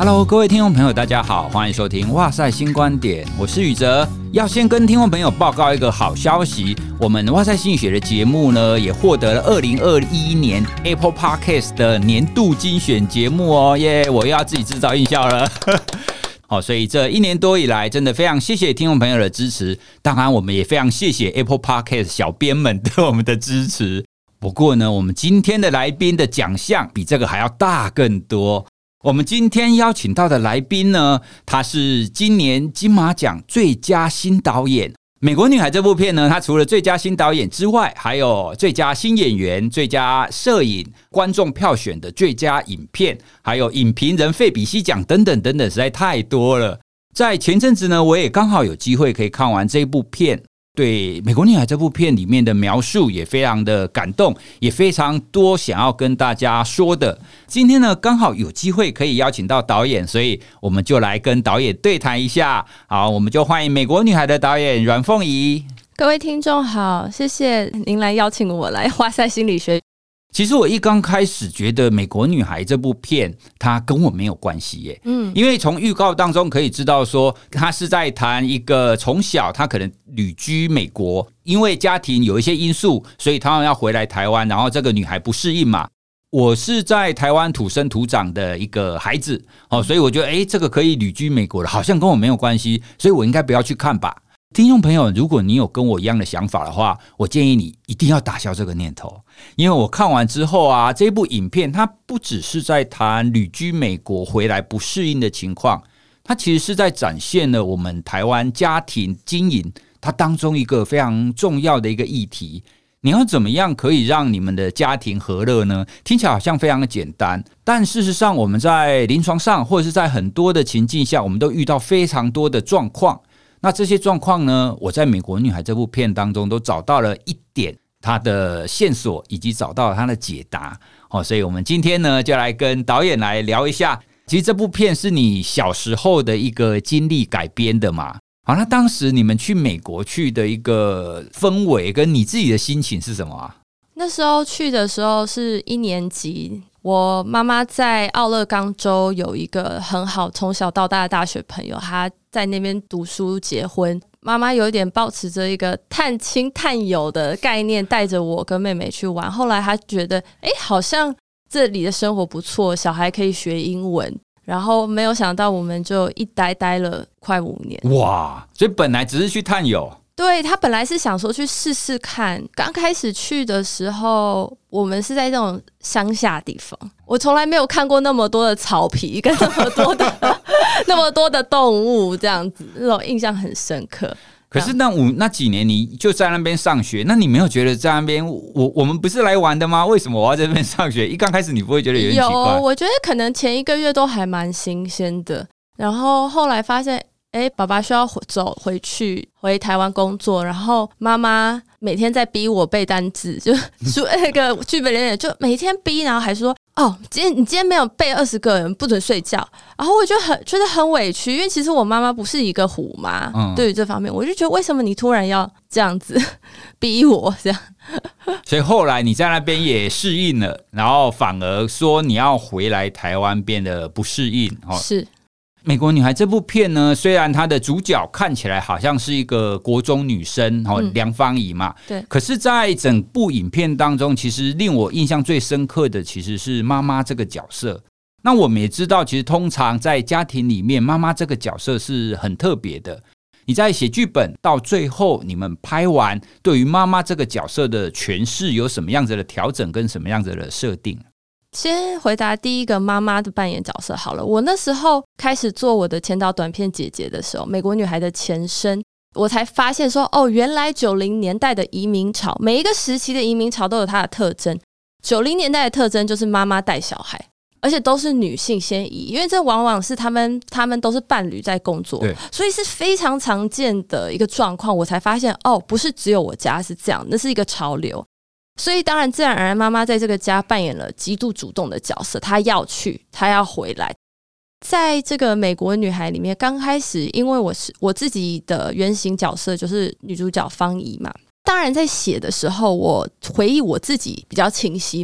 Hello， 各位听众朋友，大家好，欢迎收听哇塞新观点，我是宇哲。要先跟听众朋友报告一个好消息，我们哇塞心理学的节目呢，也获得了2021年 Apple Podcast 的年度精选节目哦，耶！我又要自己制造音效了。所以这1年多以来，真的非常谢谢听众朋友的支持，当然我们也非常谢谢 Apple Podcast 小编们对我们的支持。不过呢，我们今天的来宾的奖项比这个还要大更多。我们今天邀请到的来宾呢，他是今年金马奖最佳新导演。美国女孩这部片呢，它除了最佳新导演之外，还有最佳新演员、最佳摄影、观众票选的最佳影片，还有影评人费比西奖等等等等，实在太多了。在前阵子呢，我也刚好有机会可以看完这部片，对美国女孩这部片里面的描述也非常的感动，也非常多想要跟大家说的。今天呢，刚好有机会可以邀请到导演，所以我们就来跟导演对谈一下。好，我们就欢迎美国女孩的导演阮凤仪。 各位听众好，谢谢您来邀请我来哇塞心理学。 其实我一刚开始觉得《美国女孩》这部片它跟我没有关系耶，因为从预告当中可以知道说，他是在谈一个从小他可能旅居美国，因为家庭有一些因素，所以他们要回来台湾，然后这个女孩不适应嘛。我是在台湾土生土长的一个孩子，所以我觉得这个可以旅居美国的，好像跟我没有关系，所以我应该不要去看吧。听众朋友，如果你有跟我一样的想法的话，我建议你一定要打消这个念头，因为我看完之后啊，这部影片它不只是在谈旅居美国回来不适应的情况，它其实是在展现了我们台湾家庭经营它当中一个非常重要的一个议题。你要怎么样可以让你们的家庭和乐呢？听起来好像非常的简单，但事实上我们在临床上或者是在很多的情境下，我们都遇到非常多的状况。那这些状况呢，我在《美国女孩》这部片当中都找到了一点她的线索，以及找到了她的解答。所以我们今天呢，就来跟导演来聊一下。其实这部片是你小时候的一个经历改编的嘛？好，那当时你们去美国去的一个氛围跟你自己的心情是什么啊？ 那时候去的时候是1年级，我妈妈在奥勒冈州有一个很好从小到大的大学朋友，她在那边读书结婚，妈妈有一点抱持着一个探亲探友的概念，带着我跟妹妹去玩。后来她觉得好像这里的生活不错，小孩可以学英文，然后没有想到我们就一待了快5年。 哇，所以本来只是去探友。 对，他本来是想说去试试看，刚开始去的时候我们是在这种乡下地方，我从来没有看过那么多的草皮跟那么多的动物，这样子，那种印象很深刻。 可是那几年你就在那边上学，那你没有觉得在那边我们不是来玩的吗？为什么我要在那边上学？一刚开始你不会觉得有点奇怪？ 有，我觉得可能前1个月都还蛮新鲜的，然后后来发现爸爸需要回台湾工作，然后妈妈每天在逼我背单字，就那个剧本里就每天逼，然后还说你今天没有背20个人不准睡觉，然后我就觉得很委屈，因为其实我妈妈不是一个虎妈，对于这方面我就觉得为什么你突然要这样子逼我这样。 所以后来你在那边也适应了，然后反而说你要回来台湾变得不适应。 是美国女孩这部片呢，虽然她的主角看起来好像是一个国中女生梁芳仪嘛， 对， 可是在整部影片当中，其实令我印象最深刻的其实是妈妈这个角色。那我们也知道，其实通常在家庭里面，妈妈这个角色是很特别的。你在写剧本到最后，你们拍完，对于妈妈这个角色的诠释有什么样子的调整跟什么样子的设定？ 先回答第一个妈妈的扮演角色好了。我那时候开始做我的前导短片姐姐的时候，美国女孩的前身，我才发现说原来90年代的移民潮，每一个时期的移民潮都有它的特征。90年代的特征就是妈妈带小孩，而且都是女性先移，因为这往往是他们都是伴侣在工作，所以是非常常见的一个状况。我才发现不是只有我家是这样，那是一个潮流。所以当然自然而然妈妈在这个家扮演了极度主动的角色，她要去，她要回来。在这个美国女孩里面，刚开始因为我自己的原型角色就是女主角芳仪嘛，当然在写的时候我回忆我自己比较清晰嘛，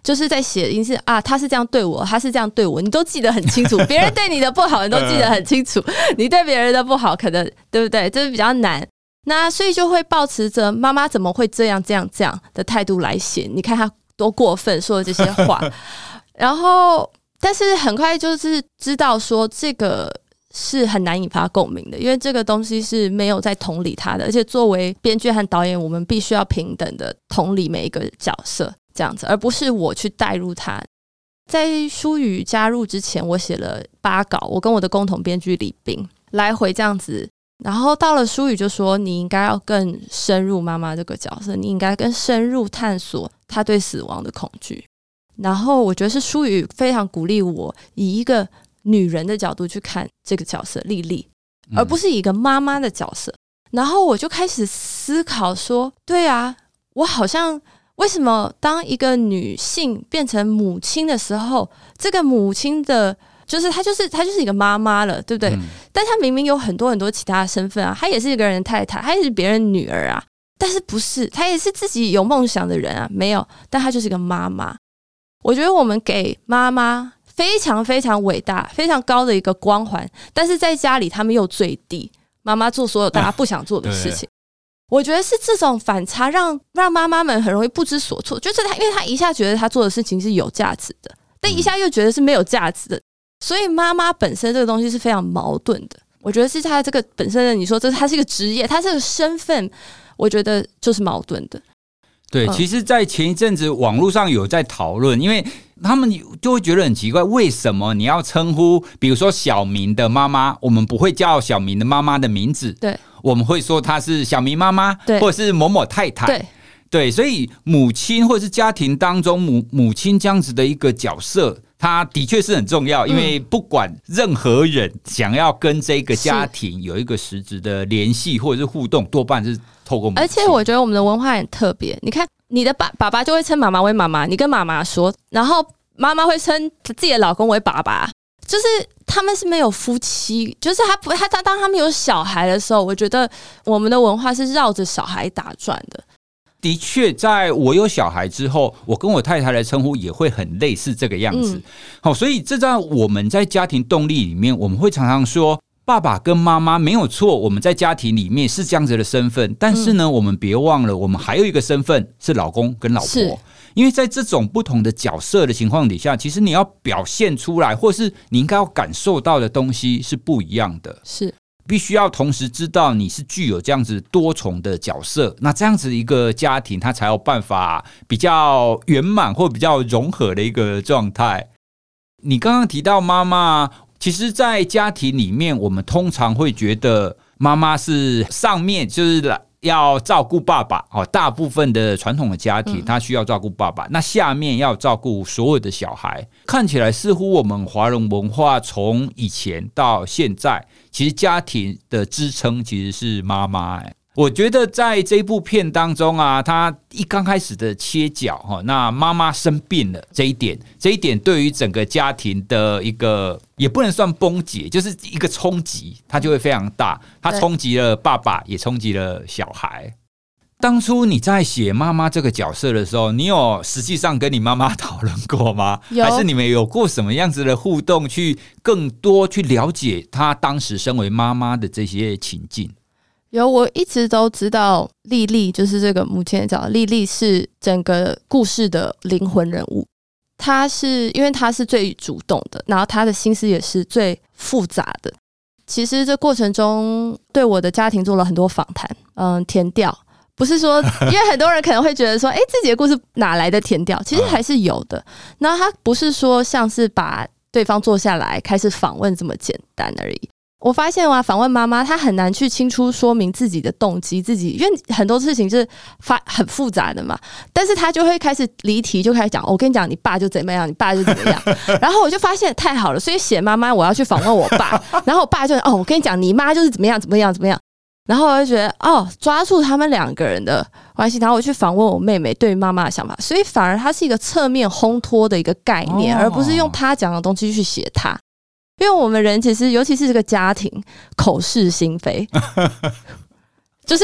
就是在写一次啊，他是这样对我，他是这样对我，你都记得很清楚。别人对你的不好，你都记得很清楚，你对别人的不好，可能对不对？这是比较难。那所以就会抱持着妈妈怎么会这样的态度来写。你看他多过分，说的这些话，然后但是很快就是知道说这个是很难引发共鸣的，因为这个东西是没有在同理他的，而且作为编剧和导演，我们必须要平等的同理每一个角色，这样子，而不是我去带入他。在书语加入之前，我写了8稿，我跟我的共同编剧李斌来回这样子。然后到了书语就说你应该要更深入妈妈这个角色，你应该更深入探索她对死亡的恐惧。然后我觉得是书语非常鼓励我以一个女人的角度去看这个角色丽丽，而不是以一个妈妈的角色。然后我就开始思考说，对啊，我好像为什么当一个女性变成母亲的时候，这个母亲的就是她就是一个妈妈了，对不对？但她明明有很多很多其他的身份啊，她也是一个人的太太，她也是别人女儿啊，但是不是，她也是自己有梦想的人啊，没有，但她就是一个妈妈。我觉得我们给妈妈非常非常伟大、非常高的一个光环，但是在家里他们又最低，妈妈做所有大家不想做的事情。我觉得是这种反差让妈妈们很容易不知所措，就是因为她一下觉得她做的事情是有价值的，但一下又觉得是没有价值的，所以妈妈本身这个东西是非常矛盾的。我觉得是她这个本身的，你说她是一个职业，她这个身份，我觉得就是矛盾的。 对，其实在前一阵子网络上有在讨论，因为他们就会觉得很奇怪，为什么你要称呼比如说小明的妈妈，我们不会叫小明的妈妈的名字， 对， 我们会说她是小明妈妈，或者是某某太太，对，所以母亲或者是家庭当中母亲这样子的一个角色，它的确是很重要，因为不管任何人想要跟这个家庭有一个实质的联系或者是互动，多半是透过母亲。而且我觉得我们的文化很特别，你看你的爸爸就会称妈妈为妈妈，你跟妈妈说，然后妈妈会称自己的老公为爸爸，就是他们是没有夫妻，就是当他们有小孩的时候，我觉得我们的文化是绕着小孩打转的。 的确，在我有小孩之后，我跟我太太的称呼也会很类似这个样子。所以这在我们在家庭动力里面，我们会常常说，爸爸跟妈妈没有错，我们在家庭里面是这样子的身份，但是呢，我们别忘了，我们还有一个身份是老公跟老婆。因为在这种不同的角色的情况底下，其实你要表现出来，或是你应该要感受到的东西是不一样的。 是。 必须要同时知道你是具有这样子多重的角色，那这样子一个家庭它才有办法比较圆满或比较融合的一个状态。你刚刚提到妈妈，其实在家庭里面我们通常会觉得妈妈是上面就是要照顾爸爸，大部分的传统的家庭他需要照顾爸爸，那下面要照顾所有的小孩。看起来似乎我们华人文化从以前到现在，其实家庭的支撑其实是妈妈。我觉得在这部片当中啊，他一刚开始的切角，那妈妈生病了这一点对于整个家庭的一个也不能算崩解，就是一个冲击，它就会非常大，它冲击了爸爸也冲击了小孩。当初你在写妈妈这个角色的时候，你有实际上跟你妈妈讨论过吗？还是你们有过什么样子的互动，去更多去了解她当时身为妈妈的这些情境？ 有，我一直都知道丽丽就是这个母亲的角色，丽丽是整个故事的灵魂人物。她是因为她是最主动的，然后她的心思也是最复杂的。其实这过程中对我的家庭做了很多访谈，填调，不是说因为很多人可能会觉得说自己的故事哪来的填调，其实还是有的。然后他不是说像是把对方坐下来开始访问这么简单而已。我发现访问妈妈，她很难去清楚说明自己的动机，因为很多事情是很复杂的嘛。但是她就会开始离题，就开始讲，我跟你讲，你爸就怎么样，你爸就怎么样。然后我就发现太好了，所以写妈妈我要去访问我爸，然后我爸就我跟你讲，你妈就是怎么样怎么样怎么样。然后我就觉得抓住他们两个人的关系，然后我去访问我妹妹对妈妈的想法，所以反而它是一个侧面烘托的一个概念，而不是用她讲的东西去写她。因为我们人其实尤其是这个家庭口是心非就是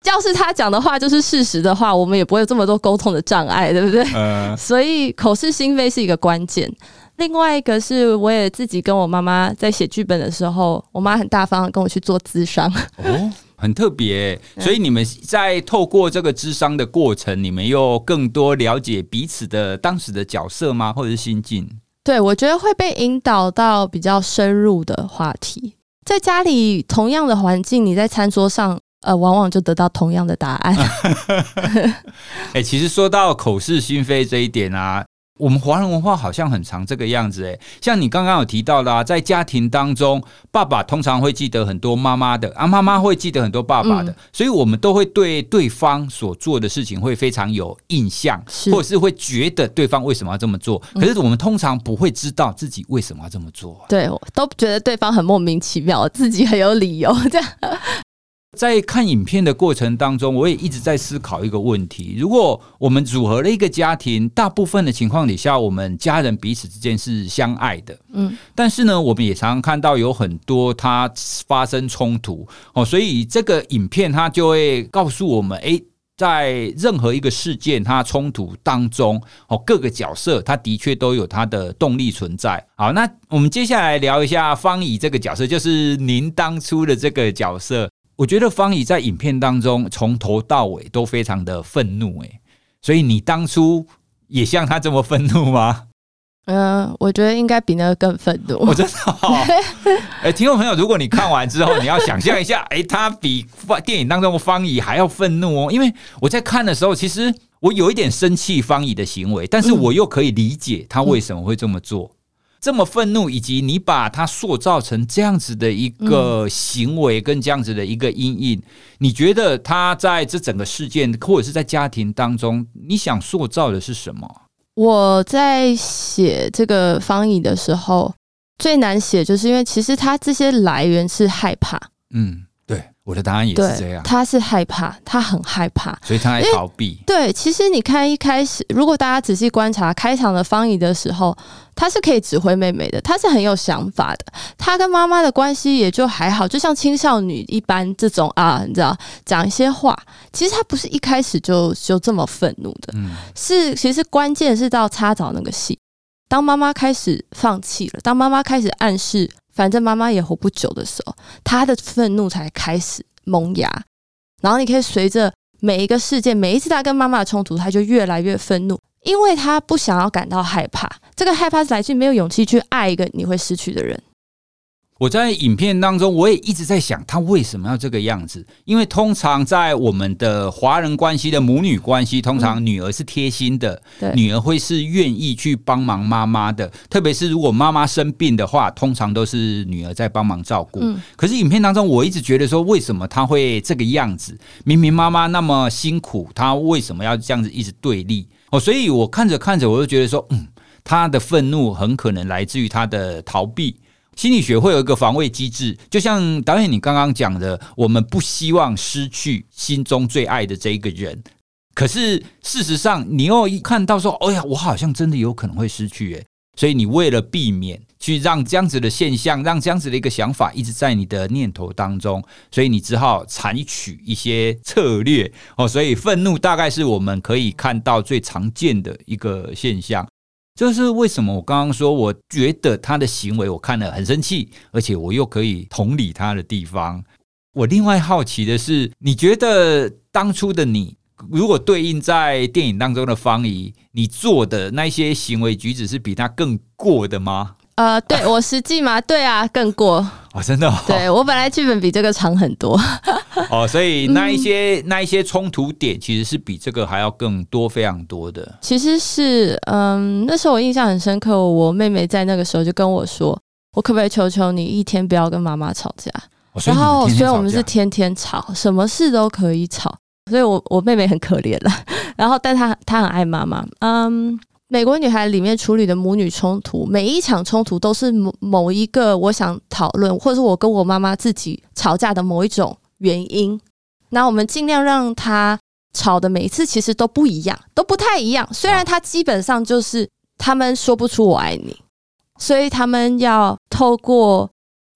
要是他讲的话就是事实的话，我们也不会有这么多沟通的障碍，对不对？所以口是心非是一个关键。另外一个是，我也自己跟我妈妈在写剧本的时候，我妈很大方的跟我去做咨商。 哦，很特别。所以你们在透过这个咨商的过程，你们又更多了解彼此的当时的角色吗？或者是心境？ 对，我觉得会被引导到比较深入的话题。在家里同样的环境，你在餐桌上往往就得到同样的答案。 其实说到口是心非这一点啊，我们华人文化好像很常这个样子。像你刚刚有提到的在家庭当中，爸爸通常会记得很多妈妈的，妈妈会记得很多爸爸的，所以我们都会对对方所做的事情会非常有印象，或者是会觉得对方为什么要这么做，可是我们通常不会知道自己为什么要这么做。 对，都觉得对方很莫名其妙，自己很有理由这样。 在看影片的过程当中，我也一直在思考一个问题：如果我们组合了一个家庭，大部分的情况底下，我们家人彼此之间是相爱的，但是呢，我们也常常看到有很多它发生冲突，所以这个影片它就会告诉我们，在任何一个事件它冲突当中，各个角色它的确都有它的动力存在。好，那我们接下来聊一下方怡这个角色，就是您当初的这个角色。我觉得方怡在影片当中从头到尾都非常的愤怒，所以你当初也像他这么愤怒吗？ 我觉得应该比那个更愤怒。 真的听众朋友，如果你看完之后，你要想象一下，他比电影当中的方怡还要愤怒因为我在看的时候，其实我有一点生气方怡的行为，但是我又可以理解他为什么会这么做。这么愤怒，以及你把他塑造成这样子的一个行为跟这样子的一个阴影，你觉得他在这整个事件或者是在家庭当中，你想塑造的是什么？ 我在写这个方怡的时候，最难写就是因为其实他这些来源是害怕。 对，我的答案也是这样。 他是害怕，他很害怕， 所以他在逃避。 对，其实你看一开始，如果大家仔细观察开场的方怡的时候，他是可以指挥妹妹的，他是很有想法的。他跟妈妈的关系也就还好，就像青少女一般这种你知道讲一些话，其实他不是一开始就这么愤怒的。其实关键是到擦澡那个戏，当妈妈开始放弃了，当妈妈开始暗示反正妈妈也活不久的时候，他的愤怒才开始萌芽。然后你可以随着每一个事件，每一次他跟妈妈的冲突，他就越来越愤怒，因为他不想要感到害怕。这个害怕是来自于没有勇气去爱一个你会失去的人。 我在影片当中，我也一直在想他为什么要这个样子，因为通常在我们的华人关系的母女关系，通常女儿是贴心的，女儿会是愿意去帮忙妈妈的，特别是如果妈妈生病的话，通常都是女儿在帮忙照顾。可是影片当中我一直觉得说，为什么她会这个样子？明明妈妈那么辛苦，她为什么要这样子一直对立？所以我看着看着，我就觉得说，她的愤怒很可能来自于她的逃避。心理学会有一个防卫机制，就像导演你刚刚讲的，我们不希望失去心中最爱的这一个人，可是事实上你又看到说，哎呀，我好像真的有可能会失去所以你为了避免去让这样子的现象，让这样子的一个想法一直在你的念头当中，所以你只好采取一些策略所以愤怒大概是我们可以看到最常见的一个现象。这是为什么我刚刚说我觉得他的行为我看了很生气，而且我又可以同理他的地方。我另外好奇的是，你觉得当初的你如果对应在电影当中的方怡，你做的那些行为举止是比他更过的吗？ 对，我实际吗？对啊，更过真的对，我本来剧本比这个长很多所以那一些冲突点其实是比这个还要更多，非常多的。 其实是那时候我印象很深刻，我妹妹在那个时候就跟我说，我可不可以求求你一天不要跟妈妈吵架？然后所以我们是天天吵，什么事都可以吵，所以我妹妹很可怜了然后但她很爱妈妈。美国女孩里面处理的母女冲突，每一场冲突都是某一个我想讨论，或者是我跟我妈妈自己吵架的某一种原因。那我们尽量让她吵的每一次其实都不一样，都不太一样。虽然她基本上就是他们说不出我爱你，所以他们要透过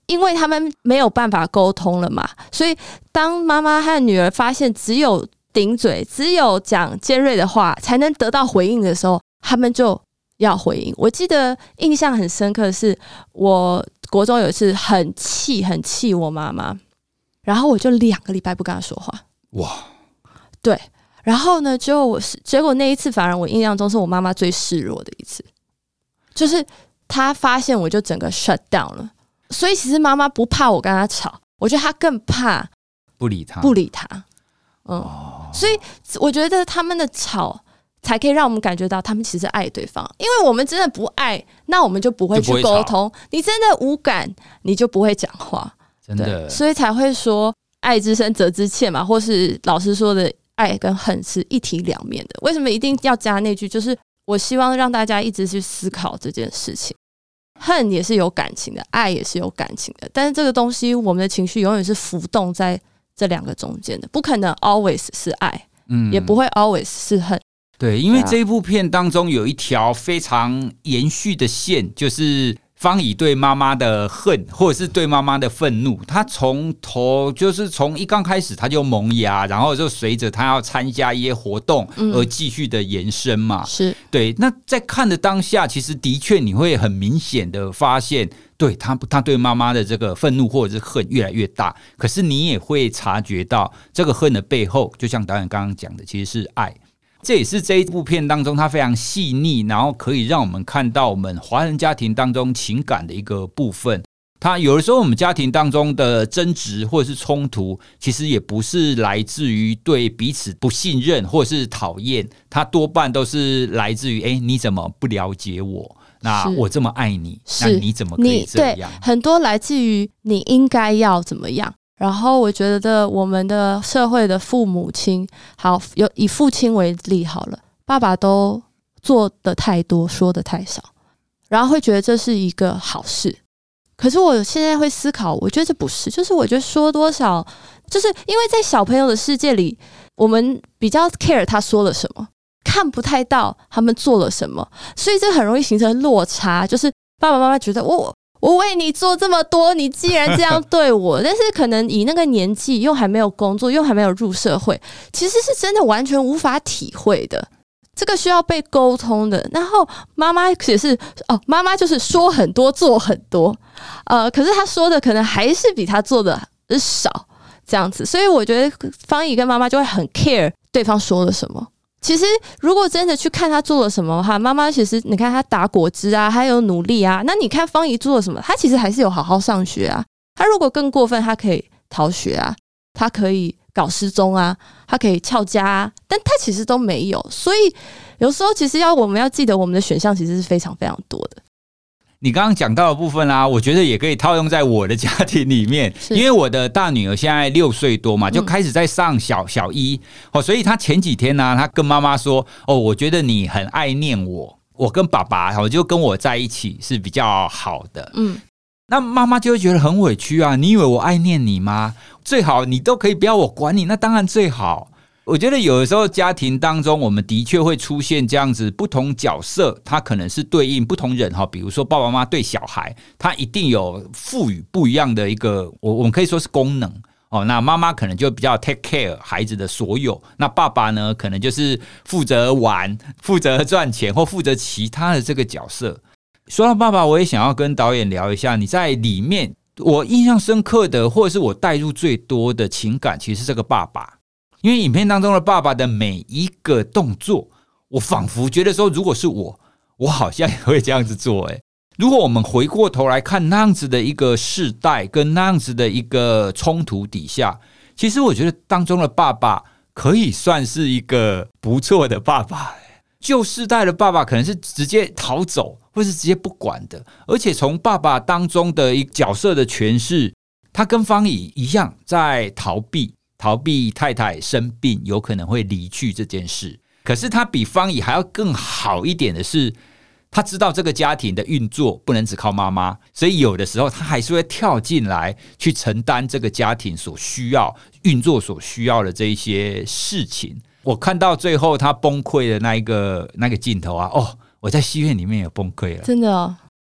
因为他们没有办法沟通了嘛，所以当妈妈和女儿发现只有顶嘴，只有讲尖锐的话才能得到回应的时候，他们就要回应。我记得印象很深刻的是，我国中有一次很气我妈妈，然后我就2个礼拜不跟她说话。 哇， 对，然后呢，结果那一次反而我印象中是我妈妈最示弱的一次，就是她发现我就整个 shut down 了。所以其实妈妈不怕我跟她吵，我觉得她更怕不理她。 所以我觉得他们的吵才可以让我们感觉到他们其实爱对方，因为我们真的不爱，那我们就不会去沟通。你真的无感，你就不会讲话， 真的。 所以才会说爱之深责之切嘛，或是老师说的爱跟恨是一体两面的。为什么一定要加那句？就是我希望让大家一直去思考这件事情。恨也是有感情的，爱也是有感情的，但是这个东西，我们的情绪永远是浮动在这2个中间的，不可能 always 是爱，也不会 always 是恨。 对，因为这一部片当中有一条非常延续的线，就是方怡对妈妈的恨，或者是对妈妈的愤怒，他从头就是从一刚开始他就萌芽，然后就随着他要参加一些活动而继续的延伸嘛。 是对。那在看的当下，其实的确你会很明显的发现，对他对妈妈的这个愤怒或者是恨越来越大，可是你也会察觉到这个恨的背后，就像导演刚刚讲的，其实是爱。这也是这一部片当中它非常细腻，然后可以让我们看到我们华人家庭当中情感的一个部分。它有的时候我们家庭当中的争执或者是冲突，其实也不是来自于对彼此不信任或者是讨厌，它多半都是来自于你怎么不了解我？那我这么爱你，那你怎么可以这样？ 很多来自于你应该要怎么样。然后我觉得我们的社会的父母亲，好，以父亲为例好了，爸爸都做的太多，说的太少，然后会觉得这是一个好事。可是我现在会思考，我觉得这不是，就是我觉得说多少，就是因为在小朋友的世界里，我们比较 care 他说了什么，看不太到他们做了什么，所以这很容易形成落差，就是爸爸妈妈觉得我为你做这么多，你既然这样对我，但是可能以那个年纪又还没有工作，又还没有入社会，其实是真的完全无法体会的，这个需要被沟通的。然后妈妈也是妈妈就是说很多做很多，可是她说的可能还是比她做的少，这样子。所以我觉得方怡跟妈妈就会很 care 对方说了什么。其实如果真的去看他做了什么的话，妈妈其实你看他打果汁啊，他有努力啊，那你看方怡做了什么，他其实还是有好好上学啊。他如果更过分，他可以逃学啊，他可以搞失踪啊，他可以翘家啊，但他其实都没有。所以有时候其实我们要记得，我们的选项其实是非常非常多的。 你刚刚讲到的部分啊，我觉得也可以套用在我的家庭里面，因为我的大女儿现在6岁多嘛，就开始在上小一，所以她前几天呢，她跟妈妈说，我觉得你很爱念我跟爸爸就跟我在一起是比较好的。那妈妈就会觉得很委屈啊，你以为我爱念你吗？最好你都可以不要我管你，那当然最好。我觉得有的时候家庭当中，我们的确会出现这样子不同角色，它可能是对应不同人，比如说爸爸妈妈对小孩，他一定有赋予不一样的一个，我们可以说是功能。那妈妈可能就比较 take care 孩子的所有，那爸爸呢，可能就是负责玩、负责赚钱或负责其他的这个角色。说到爸爸，我也想要跟导演聊一下，你在里面我印象深刻的，或者是我带入最多的情感，其实是这个爸爸。因为影片当中的爸爸的每一个动作，我仿佛觉得说，如果是我好像也会这样子做。如果我们回过头来看那样子的一个世代跟那样子的一个冲突底下，其实我觉得当中的爸爸可以算是一个不错的爸爸。旧世代的爸爸可能是直接逃走或是直接不管的，而且从爸爸当中的一个角色的诠释，他跟方怡一样在逃避太太生病有可能会离去这件事。可是他比方怡还要更好一点的是，他知道这个家庭的运作不能只靠妈妈，所以有的时候他还是会跳进来去承担这个家庭所需要运作所需要的这一些事情。我看到最后他崩溃的那个镜头啊，我在戏院里面也崩溃了， 真的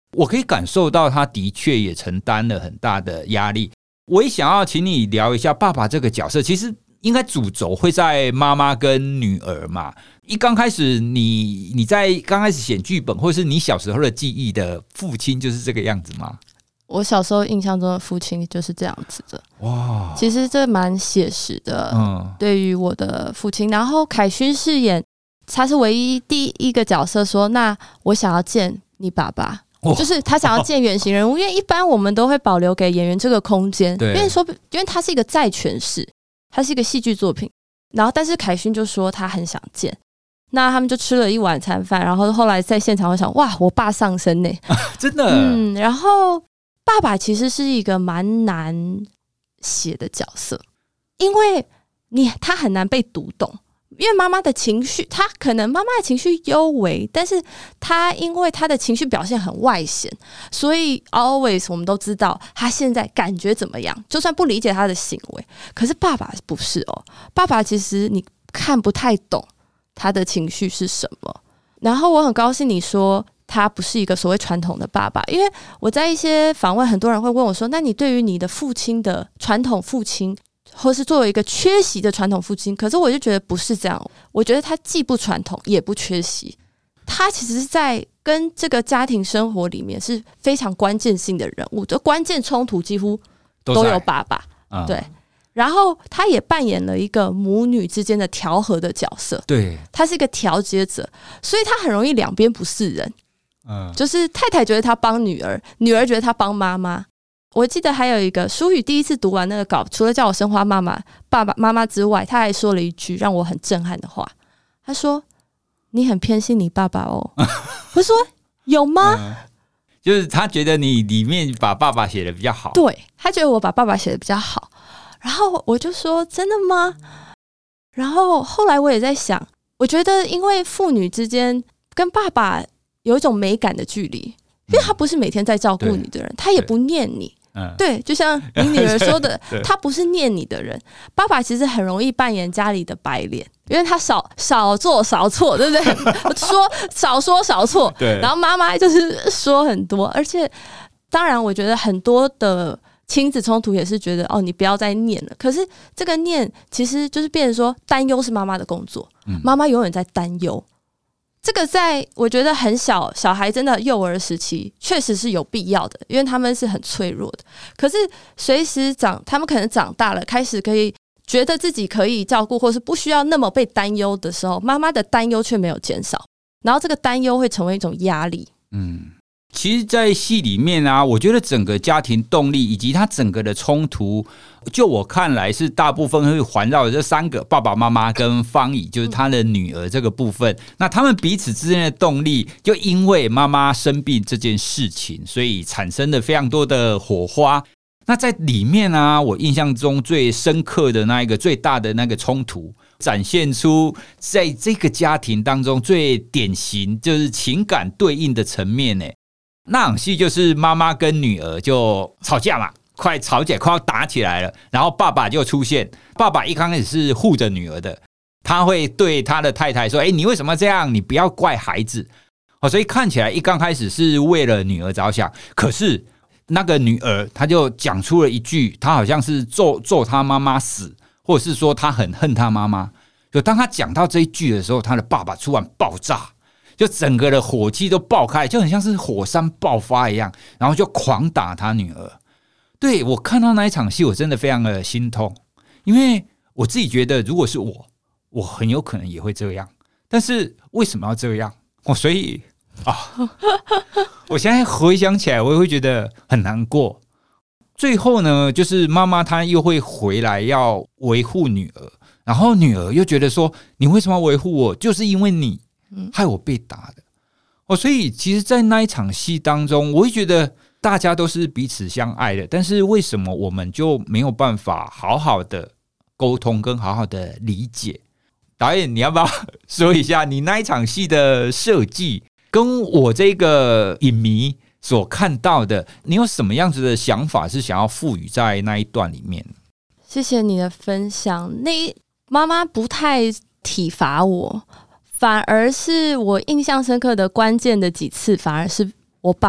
我可以感受到他的确也承担了很大的压力。我也想要请你聊一下爸爸这个角色，其实应该主轴会在妈妈跟女儿嘛。一刚开始你在刚开始写剧本，或是你小时候的记忆的父亲就是这个样子吗？ 我小时候印象中的父亲就是这样子的。哇，其实这蛮写实的。对于我的父亲，然后凯勋饰演他是唯一第一个角色说，那我想要见你爸爸。就是他想要见原型人物，因为一般我们都会保留给演员这个空间，因为他是一个再诠释，他是一个戏剧作品。然后，但是凯勋就说他很想见，那他们就吃了一晚餐饭，然后后来在现场我想，哇，我爸上身呢， 真的。 然后爸爸其实是一个蛮难写的角色，因为他很难被读懂。因为妈妈的情绪，她可能妈妈的情绪幽微，但是她因为她的情绪表现很外显，所以 always 我们都知道她现在感觉怎么样，就算不理解她的行为。可是爸爸不是哦，爸爸其实你看不太懂他的情绪是什么。然后我很高兴你说他不是一个所谓传统的爸爸，因为我在一些访问，很多人会问我说，那你对于你的父亲的传统父亲，或是作为一个缺席的传统父亲，可是我就觉得不是这样。我觉得他既不传统也不缺席，他其实是在跟这个家庭生活里面是非常关键性的人物，就关键冲突几乎都有爸爸。对，然后他也扮演了一个母女之间的调和的角色。对，他是一个调节者，所以他很容易两边不是人。就是太太觉得他帮女儿，女儿觉得他帮妈妈。我记得还有一个舒宇第一次读完那个稿，除了叫我生花妈妈爸爸妈妈之外，他还说了一句让我很震撼的话，他说你很偏心你爸爸哦。我说有吗？ 就是他觉得你里面把爸爸写的比较好。 对，他觉得我把爸爸写的比较好，然后我就说真的吗？然后后来我也在想，我觉得因为父女之间跟爸爸有一种美感的距离，因为他不是每天在照顾你的人，他也不念你。对，就像你女儿说的，他不是念你的人。爸爸其实很容易扮演家里的白脸，因为他少做少错，对不对？少说少错。对。然后妈妈就是说很多，而且当然，我觉得很多的亲子冲突也是觉得你不要再念了。可是这个念其实就是变成说，担忧是妈妈的工作，妈妈永远在担忧。这个在我觉得很小孩真的幼儿时期确实是有必要的，因为他们是很脆弱的。可是随时他们可能长大了，开始可以觉得自己可以照顾，或是不需要那么被担忧的时候，妈妈的担忧却没有减少，然后这个担忧会成为一种压力。 其实在戏里面啊，我觉得整个家庭动力以及他整个的冲突，就我看来是大部分会环绕这三个爸爸妈妈跟方怡，就是他的女儿这个部分。那他们彼此之间的动力，就因为妈妈生病这件事情，所以产生了非常多的火花。那在里面啊，我印象中最深刻的那一个最大的那个冲突，展现出在这个家庭当中最典型就是情感对应的层面呢。那场戏就是妈妈跟女儿就吵架嘛，快要打起来了，然后爸爸就出现。爸爸一刚开始是护着女儿的，他会对他的太太说：“你为什么这样？你不要怪孩子。”所以看起来一刚开始是为了女儿着想，可是那个女儿她就讲出了一句，她好像是咒她妈妈死，或者是说她很恨她妈妈。就当她讲到这一句的时候，她的爸爸突然爆炸。就整个的火气都爆开，就很像是火山爆发一样，然后就狂打他女儿。对，我看到那一场戏，我真的非常的心痛，因为我自己觉得，如果是我很有可能也会这样。但是为什么要这样？所以我现在回想起来，我也会觉得很难过。最后呢，就是妈妈她又会回来要维护女儿，然后女儿又觉得说：“你为什么要维护我？就是因为你。”害我被打的所以其实在那一场戏当中，我会觉得大家都是彼此相爱的，但是为什么我们就没有办法好好的沟通跟好好的理解？导演，你要不要说一下你那一场戏的设计跟我这个影迷所看到的，你有什么样子的想法是想要赋予在那一段里面？ 谢谢你的分享。妈妈不太体罚我，反而是我印象深刻的关键的几次，反而是我爸爸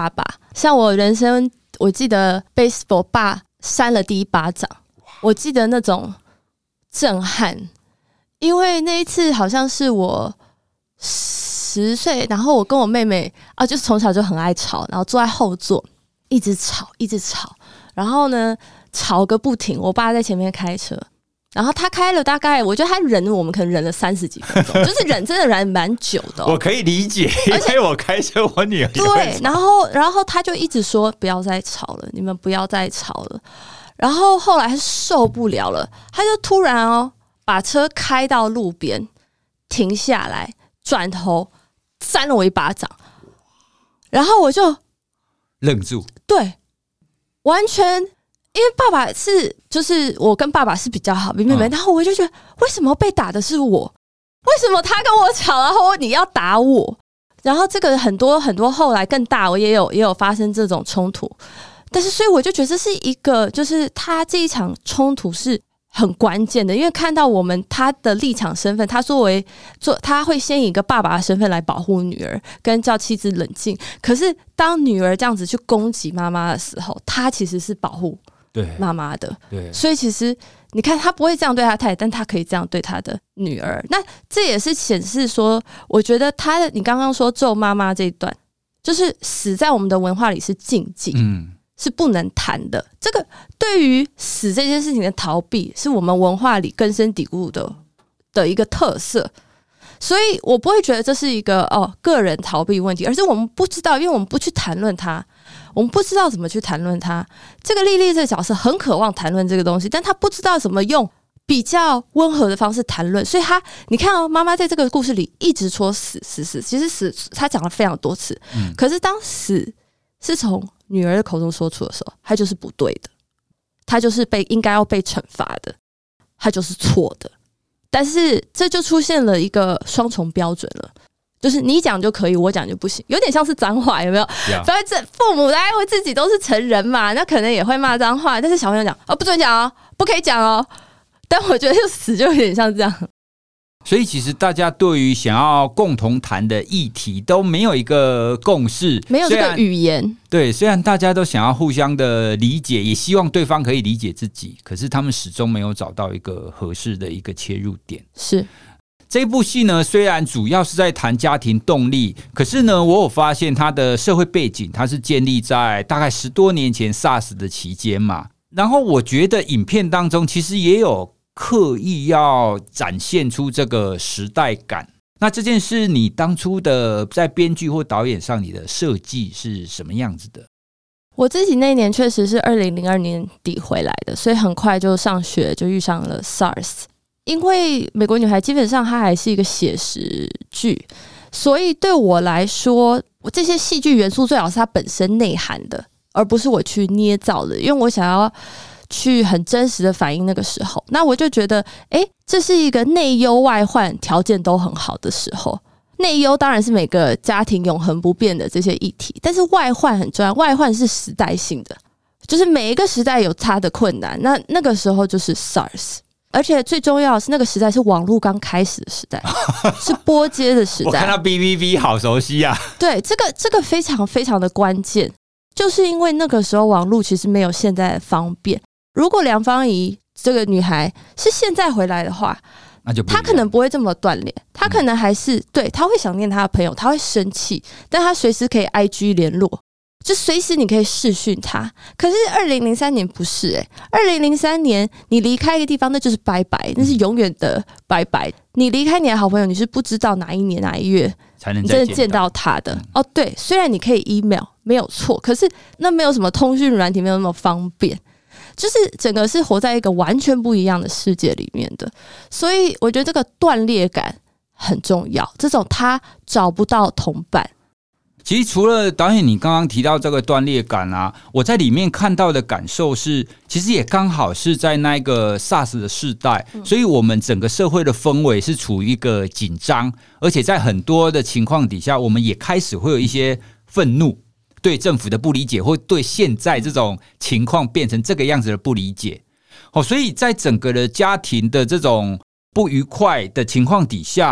像我人生，我记得被我爸扇了第一巴掌，我记得那种震撼，因为那一次好像是我10岁，然后我跟我妹妹啊，就是从小就很爱吵，然后坐在后座一直吵，然后呢吵个不停。我爸在前面开车，然后他开了大概，我觉得他忍我们可能忍了30几分钟，就是忍真的忍蛮久的、 我可以理解，因为我开车，我女儿也会吵。 对，然后他就一直说不要再吵了，你们不要再吵了。然后后来受不了了，他就突然把车开到路边，停下来，转头扇了我一巴掌，然后我就愣住。 对，完全。因为爸爸就是我跟爸爸是比较好，比妹妹，然后我就觉得为什么被打的是我？为什么他跟我吵，然后你要打我？然后这个很多后来更大，我也有发生这种冲突，但是所以我就觉得这是一个，就是他这一场冲突是很关键的，因为看到他的立场身份，他会先以一个爸爸的身份来保护女儿，跟叫妻子冷静。可是当女儿这样子去攻击妈妈的时候，他其实是保护妈妈的。对，所以其实你看，他不会这样对他太太，但他可以这样对他的女儿。那这也是显示说，我觉得你刚刚说咒妈妈这一段，就是死在我们的文化里是禁忌。是不能谈的。这个对于死这件事情的逃避，是我们文化里根深蒂固的一个特色。所以我不会觉得这是一个个人逃避问题，而是我们不知道，因为我们不去谈论它，我们不知道怎么去谈论它。这个莉莉这个角色很渴望谈论这个东西，但她不知道怎么用比较温和的方式谈论。所以你看妈妈在这个故事里一直说死，其实死她讲了非常多次，可是当死是从女儿的口中说出的时候，她就是不对的，她就是应该要被惩罚的，她就是错的。但是这就出现了一个双重标准了，就是你讲就可以，我讲就不行，有点像是脏话，有没有？反正父母大家会自己都是成人嘛，那可能也会骂脏话，但是小朋友讲不准讲哦，不可以讲哦。但我觉得死就有点像这样。 所以其实大家对于想要共同谈的议题都没有一个共识， 没有这个语言。 对，虽然大家都想要互相的理解，也希望对方可以理解自己，可是他们始终没有找到一个合适的一个切入点。 是这部戏呢，虽然主要是在谈家庭动力，可是呢，我有发现它的社会背景，它是建立在大概10多年前 SARS 的期间嘛。然后我觉得影片当中其实也有刻意要展现出这个时代感。那这件事你当初的在编剧或导演上你的设计是什么样子的？ 我自己那年确实是2002年底回来的，所以很快就上学就遇上了 SARS。 因为美国女孩基本上它还是一个写实剧，所以对我来说，我这些戏剧元素最好是它本身内涵的，而不是我去捏造的，因为我想要去很真实的反映那个时候。那我就觉得这是一个内忧外患条件都很好的时候。内忧当然是每个家庭永恒不变的这些议题，但是外患很重要，外患是时代性的，就是每一个时代有它的困难。那个时候就是 SARS， 而且最重要的是那个时代是网络刚开始的时代是拨接的时代。 我看到 BBB 好熟悉啊。 对，这个非常非常的关键，就是因为那个时候网络其实没有现在的方便。如果梁芳仪这个女孩是现在回来的话， 那就她可能不会这么断联，她可能还是对，她会想念她的朋友，她会生气，但她随时可以 IG 联络，就随时你可以视讯她。可是2003年不是2003年你离开一个地方，那就是拜拜，那是永远的拜拜。你离开你的好朋友，你是不知道哪一年哪一月才能真的见到他的。对，虽然你可以 email 没有错，可是那没有什么通讯软体，没有那么方便，就是整个是活在一个完全不一样的世界里面的。所以我觉得这个断裂感很重要，这种他找不到同伴。 其实除了导演你刚刚提到这个断裂感啊，我在里面看到的感受是，其实也刚好是在那个 SARS 的世代，所以我们整个社会的氛围是处于一个紧张，而且在很多的情况底下，我们也开始会有一些愤怒，对政府的不理解，或对现在这种情况变成这个样子的不理解。所以在整个的家庭的这种不愉快的情况底下，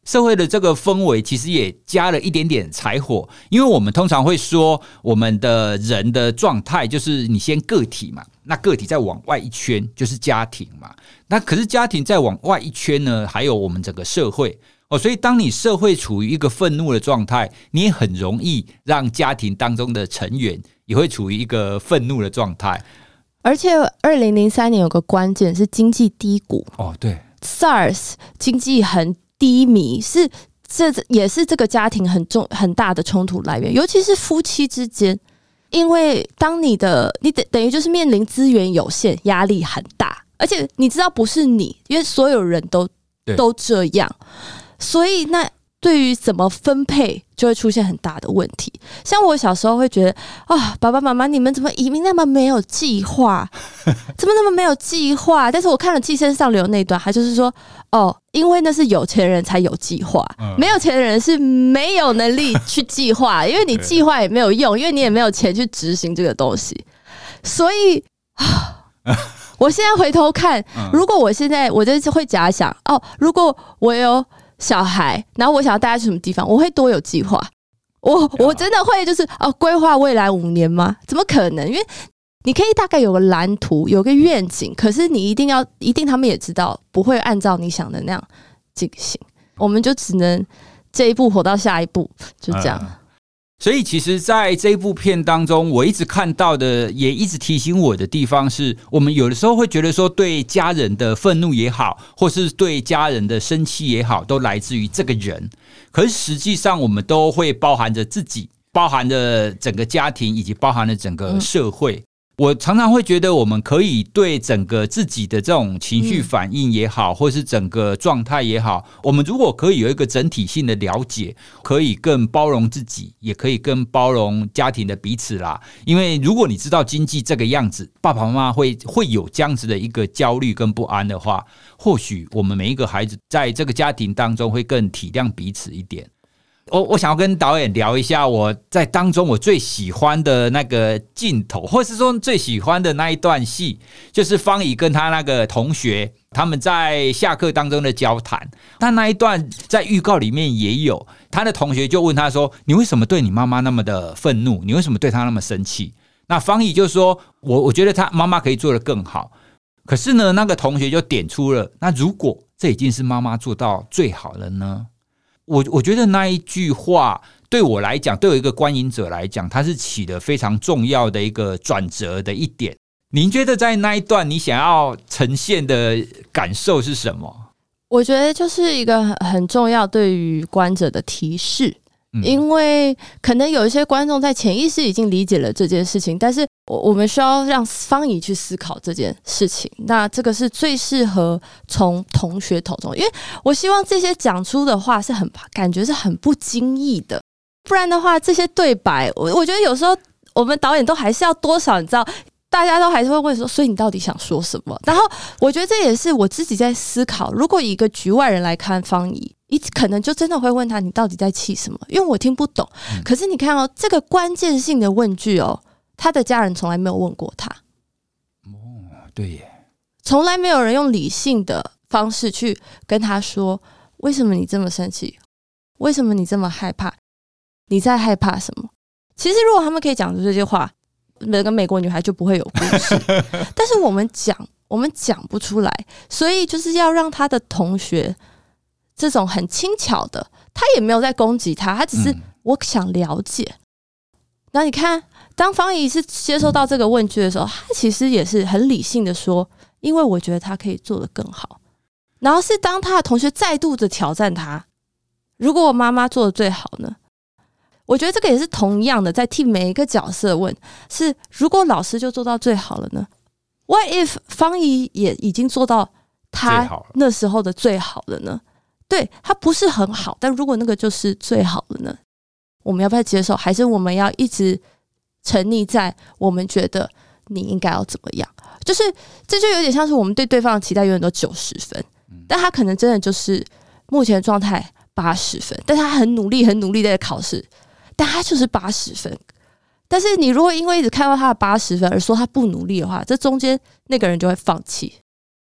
社会的这个氛围其实也加了一点点柴火，因为我们通常会说我们的人的状态就是你先个体嘛，那个体再往外一圈就是家庭嘛，那可是家庭再往外一圈呢，还有我们整个社会所以当你社会处于一个愤怒的状态，你也很容易让家庭当中的成员也会处于一个愤怒的状态。 而且2003年有个关键是经济低谷对 SARS 经济很低迷，这也是这个家庭很大的冲突来源，尤其是夫妻之间，因为当你等于就是面临资源有限，压力很大，而且你知道不是你，因为所有人都这样，所以那对于怎么分配就会出现很大的问题。像我小时候会觉得爸爸妈妈你们怎么移民那么没有计划怎么那么没有计划，但是我看了《寄生上流》那段，他就是说因为那是有钱人才有计划，没有钱的人是没有能力去计划因为你计划也没有用，因为你也没有钱去执行这个东西。所以我现在回头看，如果我现在我就会假想如果我有小孩，然后我想要带他去什么地方，我会多有计划。我真的会就是规划未来5年吗？怎么可能？因为你可以大概有个蓝图，有个愿景，可是你一定他们也知道不会按照你想的那样进行，我们就只能这一步活到下一步，就这样。 所以其实在这一部片当中，我一直看到的也一直提醒我的地方是，我们有的时候会觉得说对家人的愤怒也好，或是对家人的生气也好，都来自于这个人，可是实际上我们都会包含着自己，包含着整个家庭，以及包含了整个社会。我常常会觉得我们可以对整个自己的这种情绪反应也好，或是整个状态也好，我们如果可以有一个整体性的了解，可以更包容自己，也可以更包容家庭的彼此啦。因为如果你知道经济这个样子，爸爸妈妈会有这样子的一个焦虑跟不安的话，或许我们每一个孩子在这个家庭当中会更体谅彼此一点。我想要跟导演聊一下我在当中我最喜欢的那个镜头，或是说最喜欢的那一段戏，就是方怡跟他那个同学他们在下课当中的交谈。但那一段在预告里面也有，他的同学就问他说，你为什么对你妈妈那么的愤怒，你为什么对她那么生气？那方怡就说，我觉得他妈妈可以做得更好。可是呢，那个同学就点出了，那如果这已经是妈妈做到最好了呢？我觉得那一句话对我来讲，对我一个观影者来讲，它是起了非常重要的一个转折的一点。您觉得在那一段你想要呈现的感受是什么？ 我觉得就是一个很重要对于观者的提示，因为可能有一些观众在潜意识已经理解了这件事情，但是我们需要让方怡去思考这件事情。那这个是最适合从同学口中，因为我希望这些讲出的话是感觉是很不经意的，不然的话这些对白我觉得有时候我们导演都还是要多少，你知道大家都还是会问说，所以你到底想说什么？然后我觉得这也是我自己在思考，如果以一个局外人来看方怡，可能就真的会问他，你到底在气什么？因为我听不懂。可是你看这个关键性的问句他的家人从来没有问过他。 对耶， 从来没有人用理性的方式去跟他说，为什么你这么生气？为什么你这么害怕？你在害怕什么？其实如果他们可以讲出这些话，每个美国女孩就不会有故事。但是我们讲不出来，所以就是要让他的同学这种很轻巧的，他也没有在攻击他，他只是我想了解。那你看，当方怡是接受到这个问句的时候，他其实也是很理性的说，因为我觉得他可以做得更好。然后是当他的同学再度的挑战他，如果我妈妈做得最好呢？我觉得这个也是同样的，在替每一个角色问，是如果老师就做到最好了呢？ What if 方怡也已经做到他那时候的最好了呢？对，他不是很好，但如果那个就是最好了呢？我们要不要接受？还是我们要一直沉溺在我们觉得你应该要怎么样？就是这就有点像是我们对对方的期待永远都90分，但他可能真的就是目前的状态80分，但他很努力很努力在考试，但他就是80分。但是你如果因为一直看到他的80分而说他不努力的话，这中间那个人就会放弃。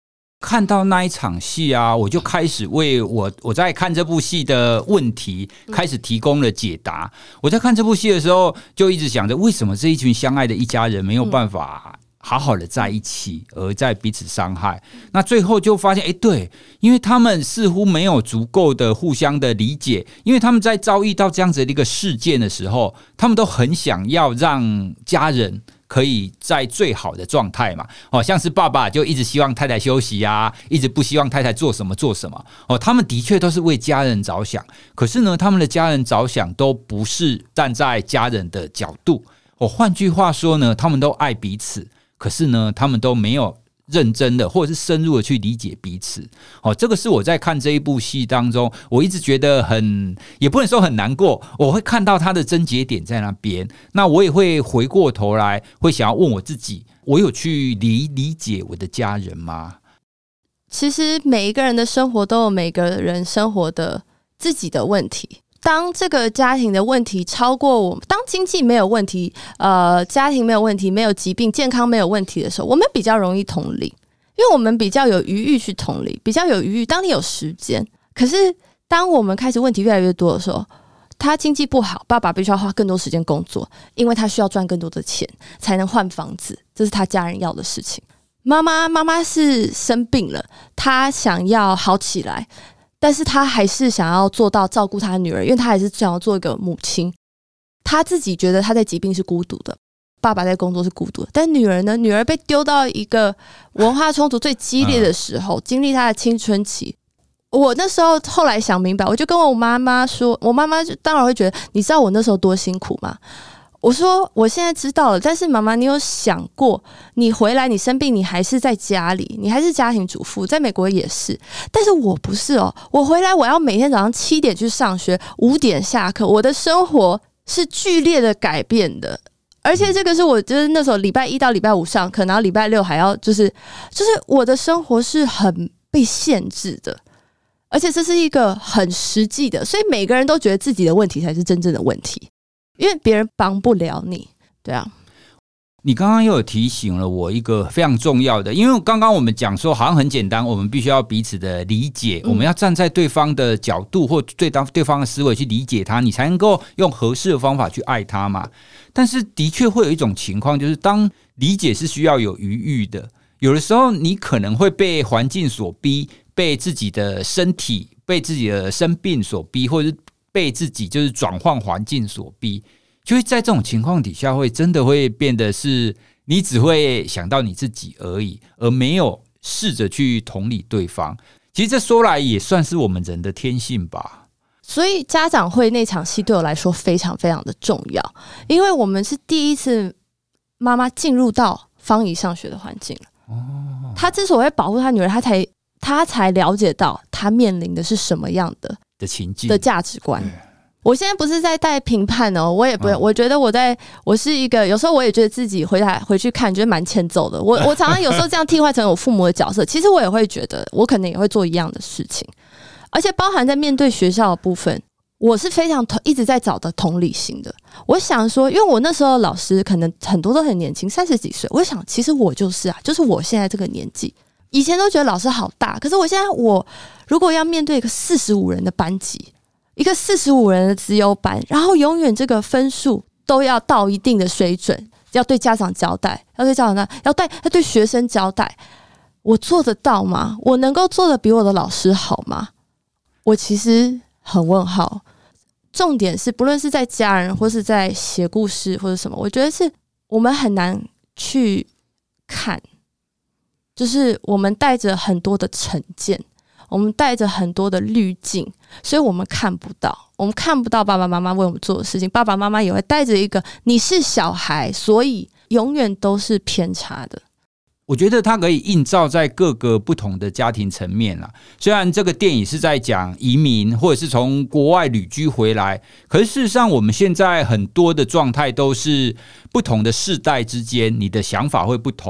看到那一场戏啊，我就开始为我在看这部戏的问题开始提供了解答。我在看这部戏的时候，就一直想着，为什么这一群相爱的一家人没有办法好好的在一起，而在彼此伤害？那最后就发现，对，因为他们似乎没有足够的互相的理解，因为他们在遭遇到这样子的一个事件的时候，他们都很想要让家人可以在最好的状态嘛，像是爸爸就一直希望太太休息啊，一直不希望太太做什么，他们的确都是为家人着想，可是呢，他们的家人着想都不是站在家人的角度，换句话说呢，他们都爱彼此，可是呢，他们都没有认真的或者是深入的去理解彼此。这个是我在看这一部戏当中，我一直觉得也不能说很难过，我会看到他的症结点在那边，那我也会回过头来会想要问我自己，我有去理解我的家人吗？ 其实每一个人的生活都有每个人生活的自己的问题，当这个家庭的问题超过我们，当经济没有问题，家庭没有问题，没有疾病，健康没有问题的时候，我们比较容易同理，因为我们比较有余裕去同理，比较有余裕。当你有时间，可是当我们开始问题越来越多的时候，他经济不好，爸爸必须要花更多时间工作，因为他需要赚更多的钱才能换房子，这是他家人要的事情。妈妈是生病了，他想要好起来，但是他还是想要做到照顾他的女儿，因为他还是想要做一个母亲。他自己觉得他在疾病是孤独的，爸爸在工作是孤独的，但女儿呢？女儿被丢到一个文化冲突最激烈的时候，经历她的青春期。我那时候后来想明白，我就跟我妈妈说，我妈妈就当然会觉得，你知道我那时候多辛苦吗？我说我现在知道了，但是妈妈，你有想过，你回来你生病，你还是在家里，你还是家庭主妇，在美国也是，但是我不是哦，我回来我要每天早上7点去上学，5点下课，我的生活是剧烈的改变的，而且这个是我就是那时候礼拜1到礼拜5上课，然后礼拜6还要就是我的生活是很被限制的，而且这是一个很实际的，所以每个人都觉得自己的问题才是真正的问题。因为别人帮不了你，对啊。 你刚刚又有提醒了我一个非常重要的，因为刚刚我们讲说好像很简单，我们必须要彼此的理解，我们要站在对方的角度或对方的思维去理解他，你才能够用合适的方法去爱他嘛。但是的确会有一种情况，就是当理解是需要有余裕的，有的时候你可能会被环境所逼，被自己的身体、被自己的生病所逼，或者是被自己就是转换环境所逼，就会在这种情况底下会真的会变得是你只会想到你自己而已，而没有试着去同理对方。其实这说来也算是我们人的天性吧。 所以家长会那场戏对我来说非常非常的重要，因为我们是第一次妈妈进入到芳宜上学的环境了。她之所以保护她女儿，她才了解到她面临的是什么样的情境的价值观。我现在不是在带评判哦，我也不，我觉得我是一个，有时候我也觉得自己回去看，觉得蛮欠揍的。我常常有时候这样替换成我父母的角色，其实我也会觉得，我可能也会做一样的事情，而且包含在面对学校的部分，我是非常一直在找的同理心的。我想说，因为我那时候老师可能很多都很年轻，30几岁，我想其实我就是啊，就是我现在这个年纪。以前都觉得老师好大，可是我现在如果要面对一个45人的班级，一个45人的资优班，然后永远这个分数都要到一定的水准，要对家长交代，要对学生交代，我做得到吗？我能够做得比我的老师好吗？我其实很问号。重点是，不论是在家人或是在写故事或者什么，我觉得是我们很难去看。就是我们带着很多的成见，我们带着很多的滤镜，所以我们看不到爸爸妈妈为我们做的事情。爸爸妈妈也会带着一个你是小孩，所以永远都是偏差的。 我觉得它可以映照在各个不同的家庭层面啦。虽然这个电影是在讲移民或者是从国外旅居回来，可是事实上我们现在很多的状态都是不同的世代之间，你的想法会不同。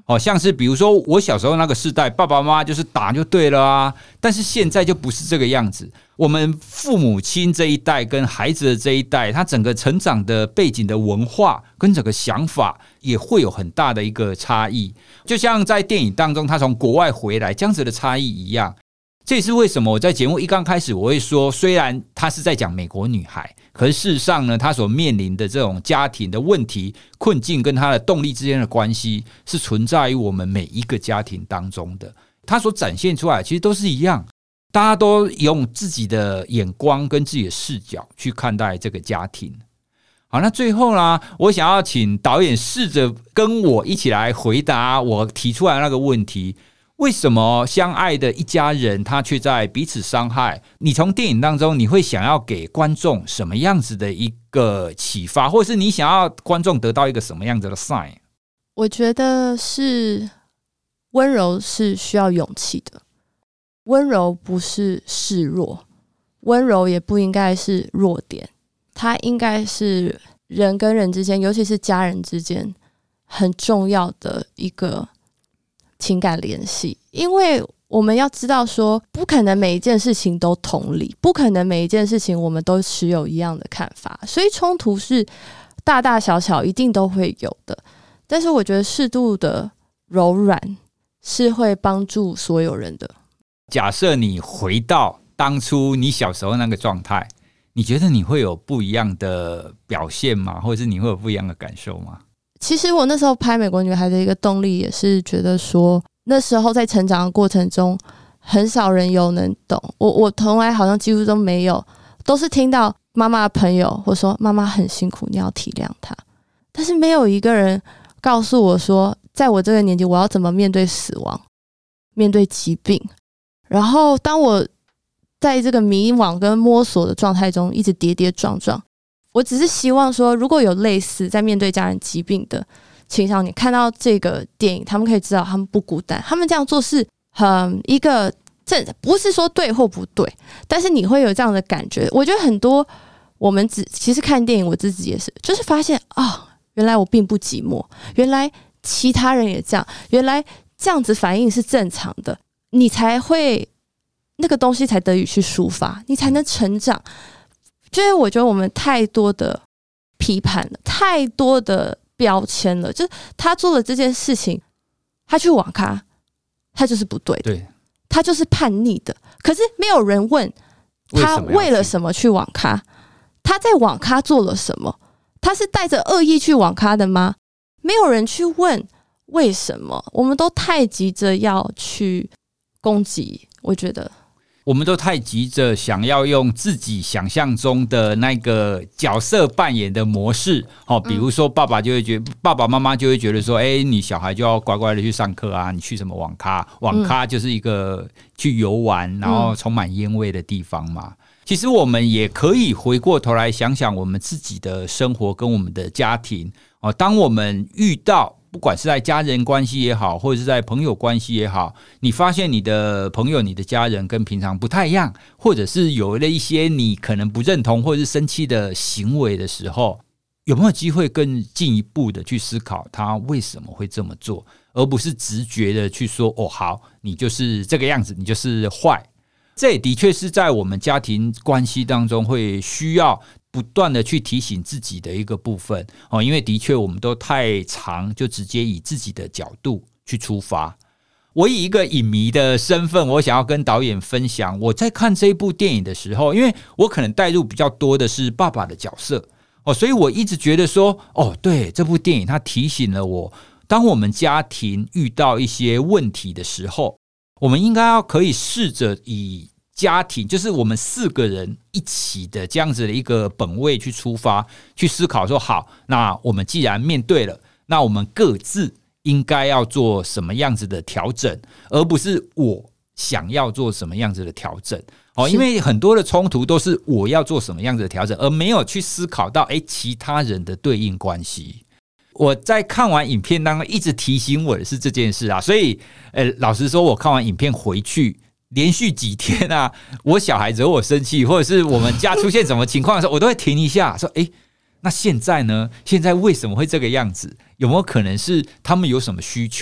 像是比如说我小时候那个世代，爸爸妈妈就是打就对了啊，但是现在就不是这个样子。我们父母亲这一代跟孩子的这一代，他整个成长的背景的文化跟整个想法也会有很大的一个差异，就像在电影当中他从国外回来这样子的差异一样。这也是为什么我在节目一刚开始我会说，虽然他是在讲美国女孩，可是事实上呢，他所面临的这种家庭的问题困境跟他的动力之间的关系是存在于我们每一个家庭当中的，他所展现出来其实都是一样，大家都用自己的眼光跟自己的视角去看待这个家庭。好，那最后呢，我想要请导演试着跟我一起来回答我提出来的那个问题，为什么相爱的一家人他却在彼此伤害？你从电影当中你会想要给观众什么样子的一个启发，或者是你想要观众得到一个什么样子的 sign？ 我觉得是温柔是需要勇气的，温柔不是示弱，温柔也不应该是弱点，它应该是人跟人之间，尤其是家人之间很重要的一个情感联系。因为我们要知道说，不可能每一件事情都同理，不可能每一件事情我们都持有一样的看法，所以冲突是大大小小一定都会有的。但是我觉得适度的柔软是会帮助所有人的。 假设你回到当初你小时候那个状态，你觉得你会有不一样的表现吗？或者是你会有不一样的感受吗？ 其实我那时候拍美国女孩的一个动力也是觉得说，那时候在成长的过程中很少人有能懂我从来好像几乎都没有，都是听到妈妈的朋友或说妈妈很辛苦，你要体谅她，但是没有一个人告诉我说，在我这个年纪我要怎么面对死亡，面对疾病。然后当我在这个迷惘跟摸索的状态中一直跌跌撞撞，我只是希望说，如果有类似在面对家人疾病的青少年看到这个电影，他们可以知道他们不孤单，他们这样做是一个不是说对或不对，但是你会有这样的感觉。我觉得很多我们其实看电影，我自己也是，就是发现原来我并不寂寞，原来其他人也这样，原来这样子反应是正常的，你才会那个东西才得以去抒发，你才能成长。就是我觉得我们太多的批判了，太多的标签了，就是他做了这件事情，他去网咖，他就是不对的，对，他就是叛逆的。可是没有人问他为了什么去网咖，他在网咖做了什么，他是带着恶意去网咖的吗？没有人去问为什么，我们都太急着要去攻击，我觉得我们都太急着想要用自己想象中的那个角色扮演的模式，比如说爸爸妈妈就会觉得说，你小孩就要乖乖的去上课啊，你去什么网咖？网咖就是一个去游玩然后充满烟味的地方嘛。其实我们也可以回过头来想想我们自己的生活跟我们的家庭。当我们遇到不管是在家人关系也好，或者是在朋友关系也好，你发现你的朋友、你的家人跟平常不太一样，或者是有了一些你可能不认同或者是生气的行为的时候，有没有机会更进一步的去思考他为什么会这么做，而不是直觉的去说好，你就是这个样子，你就是坏。这也的确是在我们家庭关系当中会需要不断的去提醒自己的一个部分，因为的确我们都太常就直接以自己的角度去出发。我以一个影迷的身份，我想要跟导演分享，我在看这部电影的时候，因为我可能带入比较多的是爸爸的角色，所以我一直觉得说，对，这部电影它提醒了我，当我们家庭遇到一些问题的时候，我们应该可以试着以家庭，就是我们4个人一起的这样子的一个本位去出发，去思考说，好，那我们既然面对了，那我们各自应该要做什么样子的调整，而不是我想要做什么样子的调整。因为很多的冲突都是我要做什么样子的调整，而没有去思考到其他人的对应关系。我在看完影片当中一直提醒我的是这件事啊，所以老实说，我看完影片回去连续几天啊，我小孩惹我生气，或者是我们家出现什么情况的时候，我都会停一下说，那现在呢？现在为什么会这个样子？有没有可能是他们有什么需求，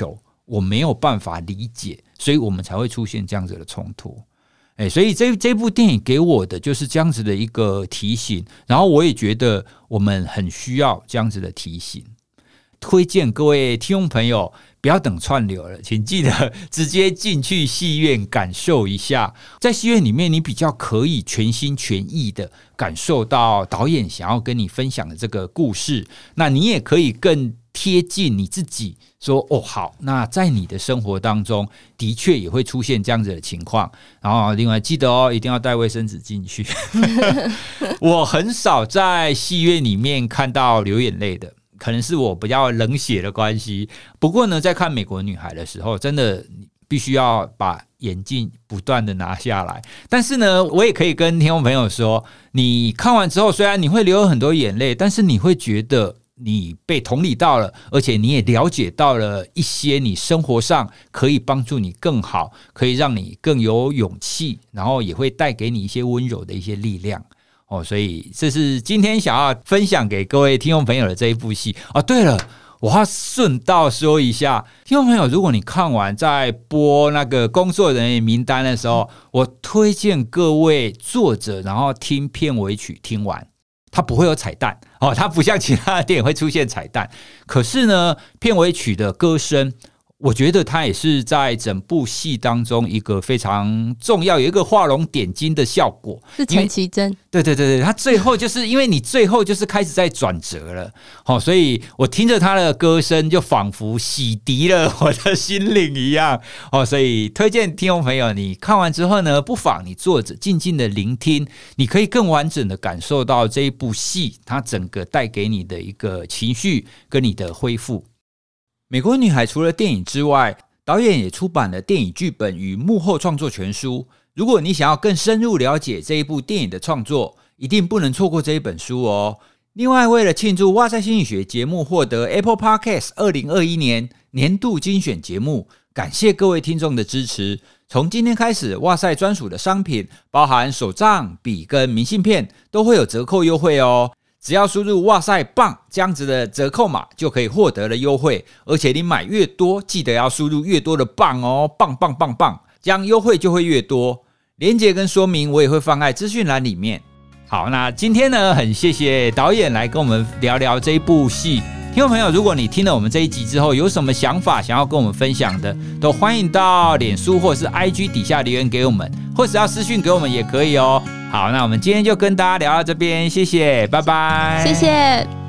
我没有办法理解，所以我们才会出现这样子的冲突。所以这部电影给我的就是这样子的一个提醒，然后我也觉得我们很需要这样子的提醒。推荐各位听众朋友不要等串流了，请记得直接进去戏院感受一下。在戏院里面，你比较可以全心全意的感受到导演想要跟你分享的这个故事，那你也可以更贴近你自己，说哦好，那在你的生活当中的确也会出现这样子的情况。然后另外记得哦，一定要带卫生纸进去。我很少在戏院里面看到流眼泪的，可能是我比较冷血的关系。不过呢，在看美国女孩的时候，真的必须要把眼镜不断的拿下来。但是呢，我也可以跟听众朋友说，你看完之后，虽然你会流很多眼泪，但是你会觉得你被同理到了，而且你也了解到了一些你生活上可以帮助你更好，可以让你更有勇气，然后也会带给你一些温柔的一些力量。所以这是今天想要分享给各位听众朋友的这一部戏。对了，我要顺道说一下，听众朋友，如果你看完在播那个工作人员名单的时候，我推荐各位坐着然后听片尾曲，听完它不会有彩蛋它不像其他的电影会出现彩蛋，可是呢，片尾曲的歌声我觉得它也是在整部戏当中一个非常重要，有一个画龙点睛的效果。 是陈绮贞， 对，他最后就是因为你最后就是开始在转折了，所以我听着他的歌声，就仿佛洗涤了我的心灵一样。所以推荐听众朋友，你看完之后呢，不妨你坐着静静的聆听，你可以更完整的感受到这一部戏它整个带给你的一个情绪跟你的恢复。美国女孩除了电影之外，导演也出版了电影剧本与幕后创作全书。如果你想要更深入了解这一部电影的创作，一定不能错过这一本书哦。另外，为了庆祝哇塞心理学节目获得 Apple Podcast 2021年年度精选节目，感谢各位听众的支持。从今天开始，哇塞专属的商品包含手账、笔跟明信片都会有折扣优惠哦。只要输入哇塞棒这样子的折扣码，就可以获得了优惠，而且你买越多，记得要输入越多的棒哦，棒棒棒棒，这样优惠就会越多。连结跟说明我也会放在资讯栏里面。好，那今天呢，很谢谢导演来跟我们聊聊这一部戏。听众朋友，如果你听了我们这一集之后有什么想法想要跟我们分享的，都欢迎到脸书或是 IG 底下留言给我们，或是要私讯给我们也可以哦。好，那我们今天就跟大家聊到这边，谢谢，拜拜， 谢谢。